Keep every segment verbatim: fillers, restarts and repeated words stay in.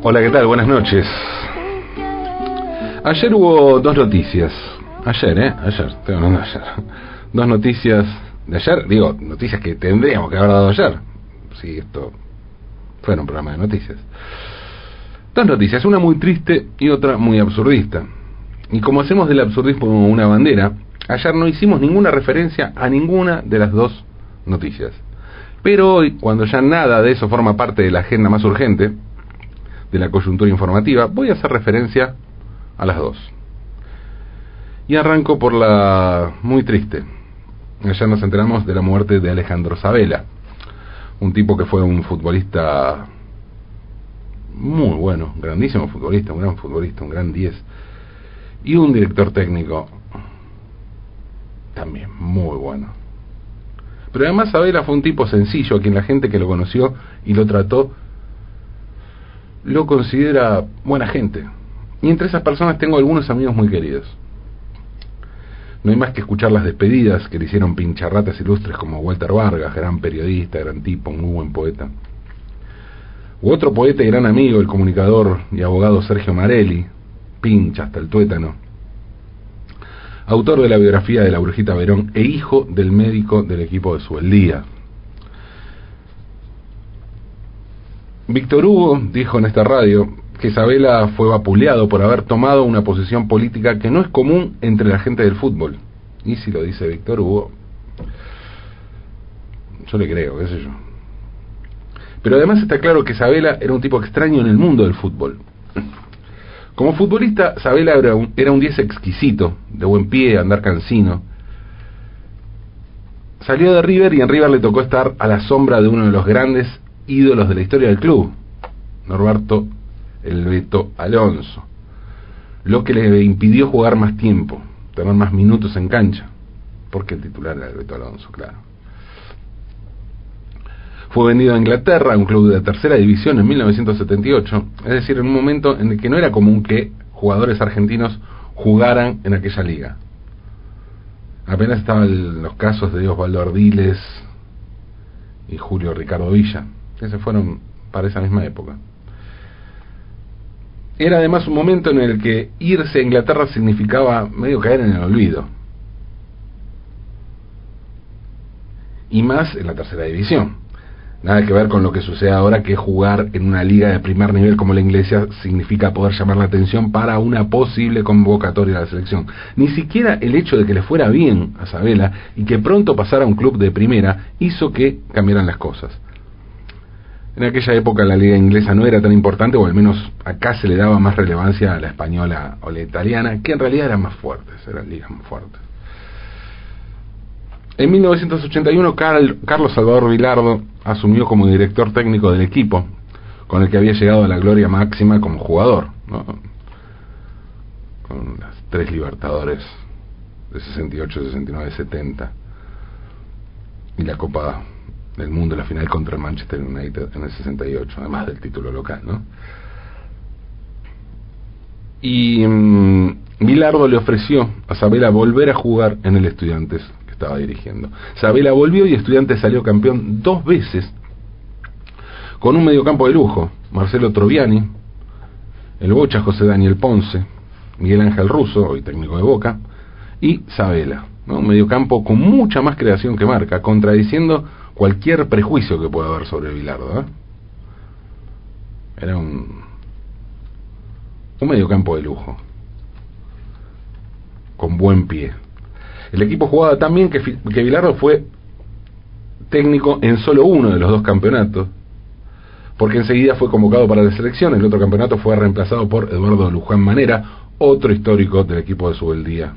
Hola, ¿qué tal? Buenas noches. Ayer hubo dos noticias. Ayer, ¿eh? Ayer, estoy hablando de ayer. Dos noticias de ayer. Digo, noticias que tendríamos que haber dado ayer. Si esto fuera un programa de noticias. Dos noticias, una muy triste y otra muy absurdista. Y como hacemos del absurdismo una bandera, ayer no hicimos ninguna referencia a ninguna de las dos noticias. Pero hoy, cuando ya nada de eso forma parte de la agenda más urgente, de la coyuntura informativa, voy a hacer referencia a las dos. Y arranco por la muy triste. Ayer nos enteramos de la muerte de Alejandro Sabella, un tipo que fue un futbolista muy bueno, grandísimo futbolista, un gran futbolista, un gran diez, y un director técnico también muy bueno. Pero además Sabella fue un tipo sencillo, a quien la gente que lo conoció y lo trató lo considera buena gente. Y entre esas personas tengo algunos amigos muy queridos. No hay más que escuchar las despedidas que le hicieron pincharratas ilustres como Walter Vargas, gran periodista, gran tipo, muy buen poeta. U otro poeta y gran amigo, el comunicador y abogado Sergio Marelli, pincha hasta el tuétano. Autor de la biografía de la Brujita Verón e hijo del médico del equipo de Subeldía. Víctor Hugo dijo en esta radio que Sabella fue vapuleado por haber tomado una posición política que no es común entre la gente del fútbol. Y si lo dice Víctor Hugo, yo le creo, qué sé yo. Pero además está claro que Sabella era un tipo extraño en el mundo del fútbol. Como futbolista, Sabella era un, era un diez exquisito, de buen pie, andar cansino. Salió de River y en River le tocó estar a la sombra de uno de los grandes ídolos de la historia del club, Norberto el Beto Alonso, lo que le impidió jugar más tiempo, tener más minutos en cancha, porque el titular era el Beto Alonso, claro. Fue vendido a Inglaterra, a un club de tercera división en mil novecientos setenta y ocho, es decir, en un momento en el que no era común que jugadores argentinos jugaran en aquella liga. Apenas estaban los casos de Osvaldo Ardiles y Julio Ricardo Villa, que se fueron para esa misma época. Era además un momento en el que irse a Inglaterra significaba medio caer en el olvido. Y más en la tercera división. Nada que ver con lo que sucede ahora, que jugar en una liga de primer nivel como la inglesa significa poder llamar la atención para una posible convocatoria a la selección. Ni siquiera el hecho de que le fuera bien a Sabella y que pronto pasara a un club de primera hizo que cambiaran las cosas. En aquella época la liga inglesa no era tan importante, o al menos acá se le daba más relevancia a la española o la italiana, que en realidad eran más fuertes, eran ligas más fuertes. En mil novecientos ochenta y uno, Carl, Carlos Salvador Vilardo asumió como director técnico del equipo, con el que había llegado a la gloria máxima como jugador, ¿no? Con las tres Libertadores de sesenta y ocho, sesenta y nueve, setenta, y la Copa del Mundo, la final contra el Manchester United en el sesenta y ocho, además del título local, ¿no? Y um, Vilardo le ofreció a Sabella volver a jugar en el Estudiantes que estaba dirigiendo. Sabella volvió y Estudiantes salió campeón dos veces con un mediocampo de lujo: Marcelo Troviani, el Bocha José Daniel Ponce, Miguel Ángel Russo, hoy técnico de Boca, y Sabella, ¿no? Un mediocampo con mucha más creación que marca, contradiciendo cualquier prejuicio que pueda haber sobre Vilardo, ¿eh? Era un un mediocampo de lujo, con buen pie. El equipo jugaba tan bien que, que Vilardo fue técnico en solo uno de los dos campeonatos, porque enseguida fue convocado para la selección. El otro campeonato fue reemplazado por Eduardo Luján Manera, otro histórico del equipo de Subeldía,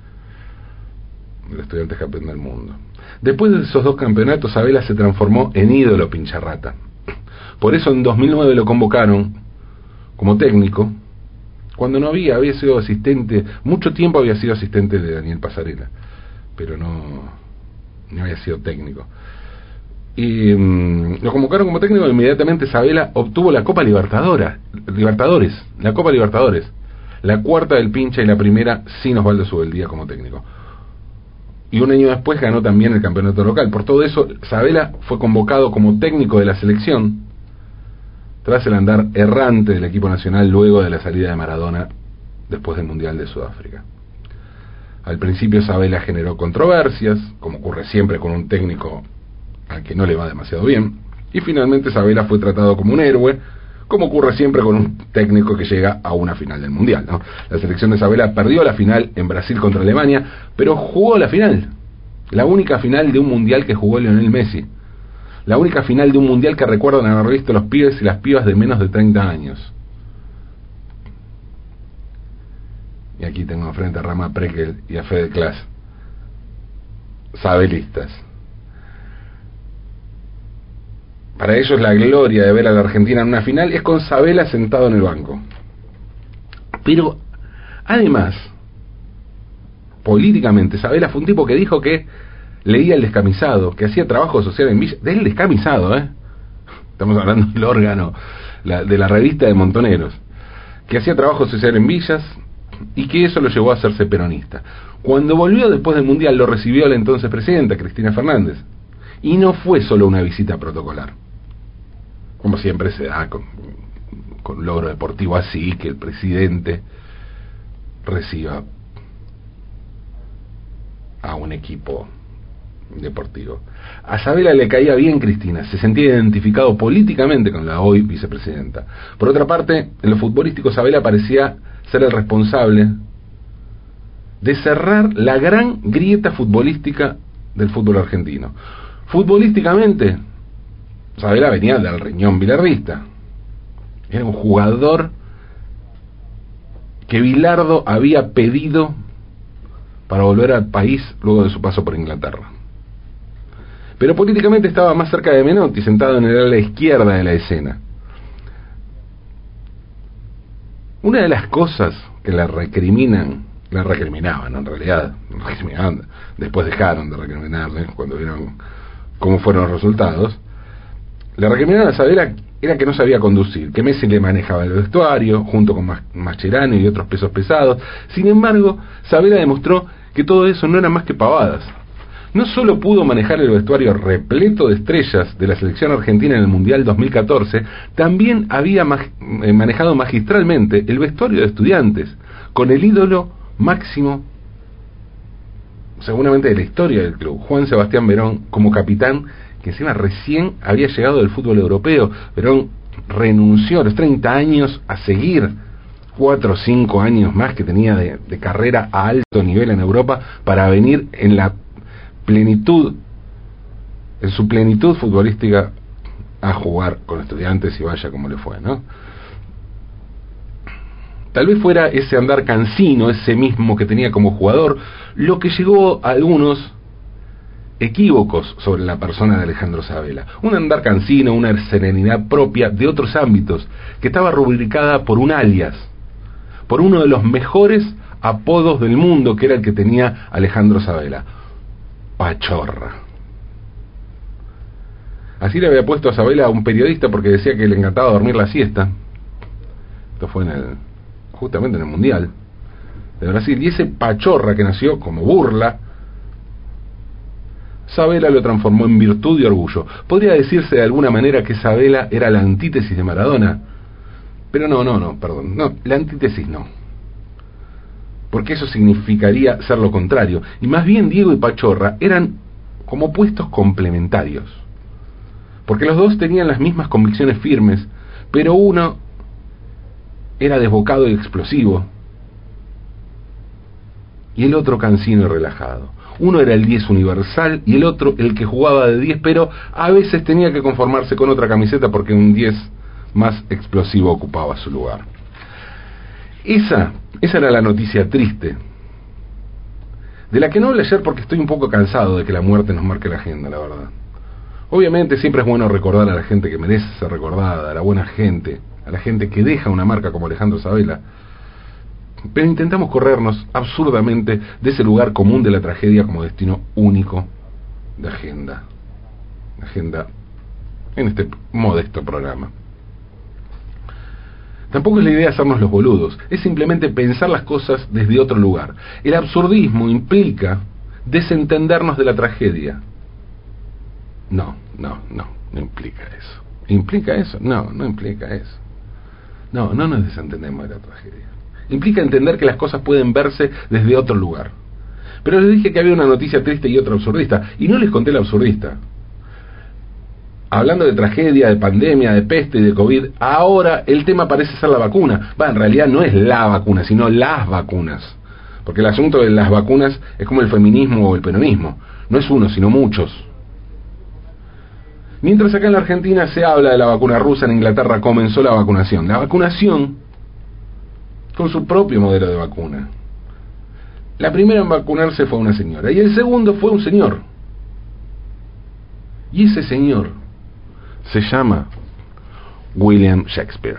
el Estudiantes campeón del mundo. Después de esos dos campeonatos, Sabella se transformó en ídolo pincharrata. Por eso en dos mil nueve lo convocaron como técnico, cuando no había, había sido asistente, mucho tiempo había sido asistente de Daniel Pasarela, pero no, no había sido técnico. Y um, lo convocaron como técnico, e inmediatamente Sabella obtuvo la Copa Libertadora, Libertadores, la Copa Libertadores, la cuarta del pincha y la primera sin Osvaldo Subeldía como técnico. Y un año después ganó también el campeonato local. Por todo eso, Sabella fue convocado como técnico de la selección tras el andar errante del equipo nacional luego de la salida de Maradona después del Mundial de Sudáfrica. Al principio Sabella generó controversias, como ocurre siempre con un técnico al que no le va demasiado bien, y finalmente Sabella fue tratado como un héroe, como ocurre siempre con un técnico que llega a una final del Mundial, ¿no? La selección de Sabella perdió la final en Brasil contra Alemania, pero jugó la final, la única final de un Mundial que jugó Lionel Messi, la única final de un Mundial que recuerdan haber visto los pibes y las pibas de menos de treinta años. Y aquí tengo enfrente a Rama Prekel y a Fede Klaas, sabelistas. Para ellos la gloria de ver a la Argentina en una final es con Sabella sentado en el banco. Pero además, políticamente, Sabella fue un tipo que dijo que leía El Descamisado, que hacía trabajo social en Villa, del Descamisado, ¿eh? Estamos hablando del órgano, la, de la revista de Montoneros, que hacía trabajo social en villas y que eso lo llevó a hacerse peronista. Cuando volvió después del Mundial lo recibió la entonces presidenta, Cristina Fernández, y no fue solo una visita protocolar, como siempre se da con, con un logro deportivo así, que el presidente reciba a un equipo deportivo. A Sabella le caía bien Cristina, se sentía identificado políticamente con la hoy vicepresidenta. Por otra parte, en lo futbolístico Sabella parecía ser el responsable de cerrar la gran grieta futbolística del fútbol argentino. Futbolísticamente, Sabella venía del riñón bilardista. Era un jugador que Bilardo había pedido para volver al país luego de su paso por Inglaterra. Pero políticamente estaba más cerca de Menotti, sentado en el ala izquierda de la escena. Una de las cosas que la recriminan, la recriminaban en realidad, recriminaban, después dejaron de recriminarle cuando vieron cómo fueron los resultados, la recriminaban a Sabella era que no sabía conducir, que Messi le manejaba el vestuario junto con Mascherano y otros pesos pesados. Sin embargo, Sabella demostró que todo eso no era más que pavadas. No solo pudo manejar el vestuario repleto de estrellas de la selección argentina en el Mundial dos mil catorce, también había mag eh, manejado magistralmente el vestuario de Estudiantes, con el ídolo máximo, seguramente de la historia del club, Juan Sebastián Verón, como capitán, que encima recién había llegado del fútbol europeo. Verón renunció a los treinta años a seguir cuatro o cinco años más que tenía de, de carrera a alto nivel en Europa para venir en la plenitud, en su plenitud futbolística, a jugar con Estudiantes y vaya como le fue, ¿no? Tal vez fuera ese andar cansino, ese mismo que tenía como jugador, lo que llegó a algunos equívocos sobre la persona de Alejandro Sabella. Un andar cansino, una serenidad propia de otros ámbitos, que estaba rubricada por un alias, por uno de los mejores apodos del mundo, que era el que tenía Alejandro Sabella: Pachorra. Así le había puesto a Sabella a un periodista porque decía que le encantaba dormir la siesta. Esto fue en el, justamente en el Mundial de Brasil. Y ese Pachorra, que nació como burla, Sabella lo transformó en virtud y orgullo. Podría decirse de alguna manera que Sabella era la antítesis de Maradona, pero no, no, no, perdón, no, la antítesis no, porque eso significaría ser lo contrario, y más bien Diego y Pachorra eran como opuestos complementarios, porque los dos tenían las mismas convicciones firmes, pero uno era desbocado y explosivo, y el otro cansino y relajado. Uno era el diez universal y el otro el que jugaba de diez, pero a veces tenía que conformarse con otra camiseta porque un diez más explosivo ocupaba su lugar. Esa, esa era la noticia triste, de la que no hablé ayer porque estoy un poco cansado de que la muerte nos marque la agenda, la verdad. Obviamente siempre es bueno recordar a la gente que merece ser recordada, a la buena gente, a la gente que deja una marca como Alejandro Sabella, pero intentamos corrernos absurdamente de ese lugar común de la tragedia como destino único de agenda, de agenda en este modesto programa. Tampoco es la idea hacernos los boludos, es simplemente pensar las cosas desde otro lugar. El absurdismo implica desentendernos de la tragedia. No, no, no, no implica eso. ¿Implica eso? No, no implica eso. No, no nos desentendemos de la tragedia. Implica entender que las cosas pueden verse desde otro lugar. Pero les dije que había una noticia triste y otra absurdista, y no les conté la absurdista. Hablando de tragedia, de pandemia, de peste y de COVID, ahora el tema parece ser la vacuna. Va, en realidad no es la vacuna, sino las vacunas. Porque el asunto de las vacunas es como el feminismo o el peronismo. No es uno, sino muchos. Mientras acá en la Argentina se habla de la vacuna rusa, en Inglaterra comenzó la vacunación. La vacunación con su propio modelo de vacuna. La primera en vacunarse fue una señora y el segundo fue un señor. Y ese señor se llama William Shakespeare.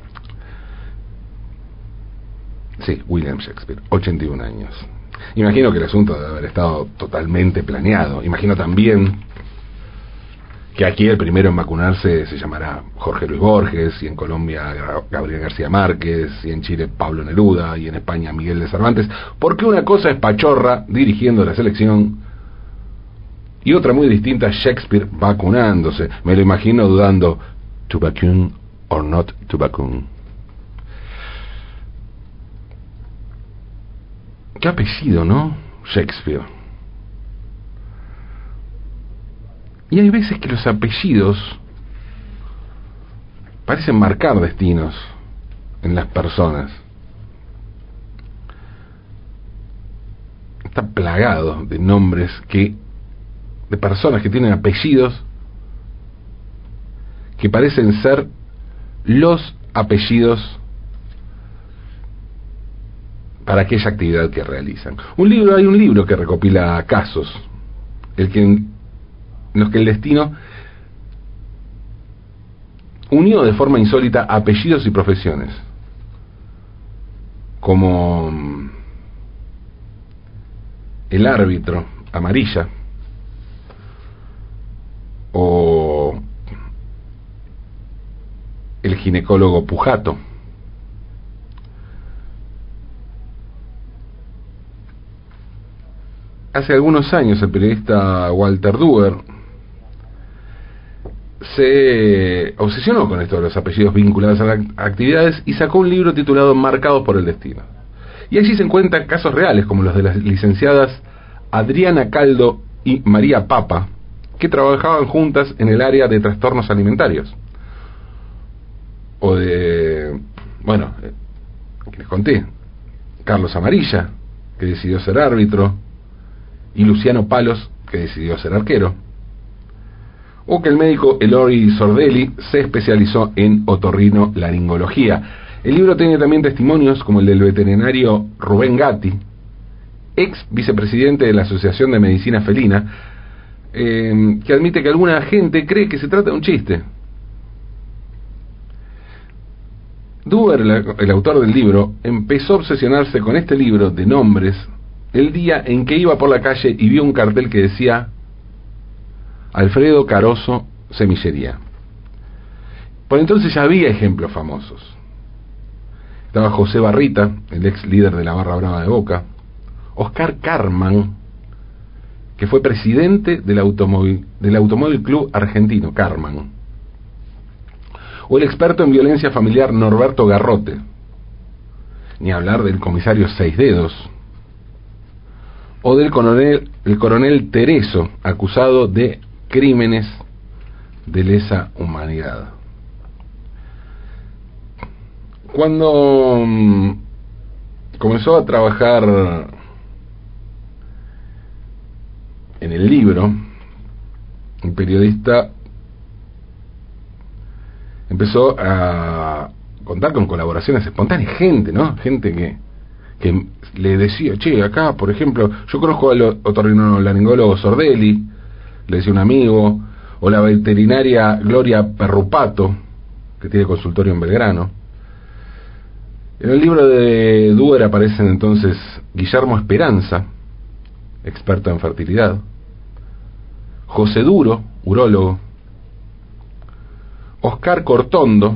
Sí, William Shakespeare, ochenta y un años. Imagino que el asunto debe haber estado totalmente planeado. Imagino también que aquí el primero en vacunarse se llamará Jorge Luis Borges, y en Colombia Gabriel García Márquez, y en Chile Pablo Neruda, y en España Miguel de Cervantes, porque una cosa es Pachorra dirigiendo la selección, y otra muy distinta Shakespeare vacunándose. Me lo imagino dudando, to vacune or not to vacune. Qué apellido, ¿no? Shakespeare. Y hay veces que los apellidos parecen marcar destinos en las personas. Está plagado de nombres que, de personas que tienen apellidos que parecen ser los apellidos para aquella actividad que realizan. Un libro, hay un libro que recopila casos, el que en los que el destino unió de forma insólita apellidos y profesiones, como el árbitro Amarilla o el ginecólogo Pujato. Hace algunos años el periodista Walter Duer se obsesionó con esto de los apellidos vinculados a las actividades y sacó un libro titulado Marcados por el Destino. Y allí se encuentran casos reales como los de las licenciadas Adriana Caldo y María Papa, que trabajaban juntas en el área de trastornos alimentarios. O de, bueno, que les conté, Carlos Amarilla, que decidió ser árbitro, y Luciano Palos, que decidió ser arquero. O que el médico Eloy Sordelli se especializó en otorrinolaringología. El libro tiene también testimonios como el del veterinario Rubén Gatti, ex vicepresidente de la Asociación de Medicina Felina, eh, que admite que alguna gente cree que se trata de un chiste. Duer, el autor del libro, empezó a obsesionarse con este libro de nombres el día en que iba por la calle y vio un cartel que decía Alfredo Caroso Semillería. Por entonces ya había ejemplos famosos. Estaba José Barrita, el ex líder de la Barra Brava de Boca, Oscar Carman, que fue presidente del automóvil, del Automóvil Club Argentino, Carman, o el experto en violencia familiar Norberto Garrote, ni hablar del comisario Seis Dedos, o del coronel, el coronel Tereso, acusado de crímenes de lesa humanidad. Cuando um, comenzó a trabajar en el libro, el periodista empezó a contar con colaboraciones espontáneas, gente, ¿no? Gente que, que le decía, che, acá, por ejemplo, yo conozco al otorrinolaringólogo Sordelli, le decía un amigo, o la veterinaria Gloria Perrupato, que tiene consultorio en Belgrano. En el libro de Duer aparecen entonces Guillermo Esperanza, experto en fertilidad, José Duro, urólogo, Oscar Cortondo,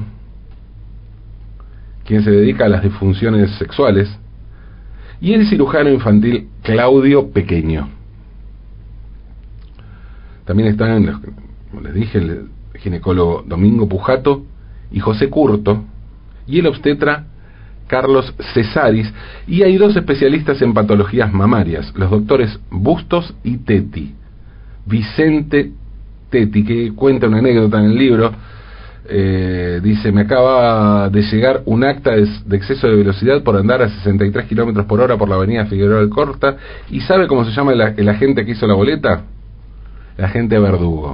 quien se dedica a las disfunciones sexuales, y el cirujano infantil Claudio Pequeño. También están, como les dije, ginecólogo Domingo Pujato y José Curto, y el obstetra Carlos Cesaris, y hay dos especialistas en patologías mamarias, los doctores Bustos y Tetti. Vicente Tetti, que cuenta una anécdota en el libro, eh, dice: me acaba de llegar un acta de, de exceso de velocidad por andar a sesenta y tres kilómetros por hora por la avenida Figueroa Alcorta, ¿y sabe cómo se llama el, el agente que hizo la boleta? El agente Verdugo.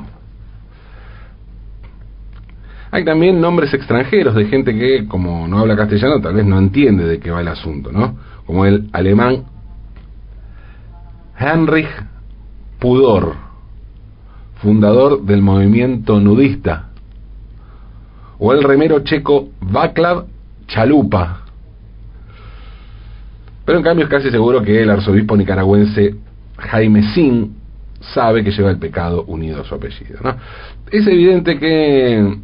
Hay también nombres extranjeros de gente que, como no habla castellano, tal vez no entiende de qué va el asunto, ¿no? Como el alemán Heinrich Pudor, fundador del movimiento nudista, o el remero checo Václav Chalupa. Pero en cambio es casi seguro que el arzobispo nicaragüense Jaime Sin sabe que lleva el pecado unido a su apellido, ¿no? Es evidente que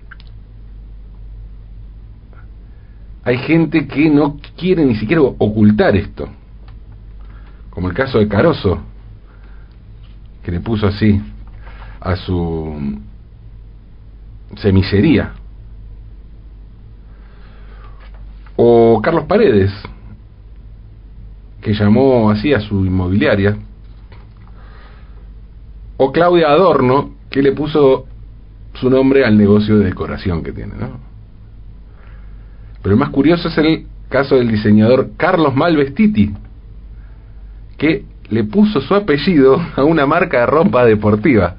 hay gente que no quiere ni siquiera ocultar esto, como el caso de Caroso, que le puso así a su semillería, o Carlos Paredes, que llamó así a su inmobiliaria, o Claudia Adorno, que le puso su nombre al negocio de decoración que tiene, ¿no? Pero el más curioso es el caso del diseñador Carlos Malvestiti, que le puso su apellido a una marca de ropa deportiva.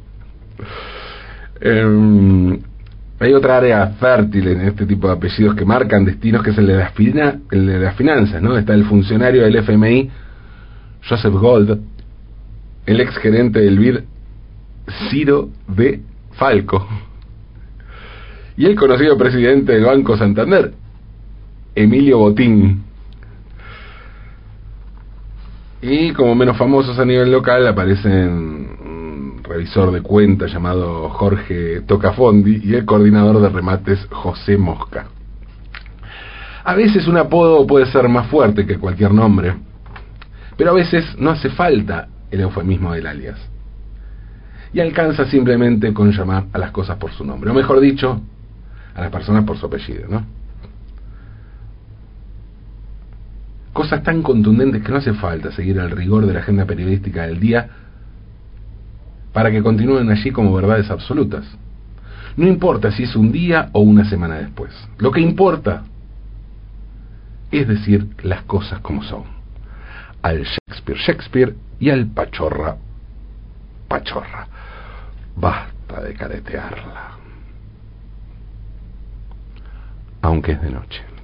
Eh, hay otra área fértil en este tipo de apellidos que marcan destinos, que es el de las, fina, el de las finanzas, ¿no? Está el funcionario del F M I, Joseph Gold, el ex gerente del B I D, Ciro de Falco, y el conocido presidente del Banco Santander, Emilio Botín. Y como menos famosos a nivel local aparecen un revisor de cuentas llamado Jorge Tocafondi y el coordinador de remates José Mosca. A veces un apodo puede ser más fuerte que cualquier nombre, pero a veces no hace falta el eufemismo del alias, y alcanza simplemente con llamar a las cosas por su nombre, o mejor dicho, a las personas por su apellido, ¿no? Cosas tan contundentes que no hace falta seguir el rigor de la agenda periodística del día para que continúen allí como verdades absolutas. No importa si es un día o una semana después. Lo que importa es decir las cosas como son. Al Shakespeare Shakespeare y al Pachorra Pachorra. Basta de caretearla, aunque es de noche.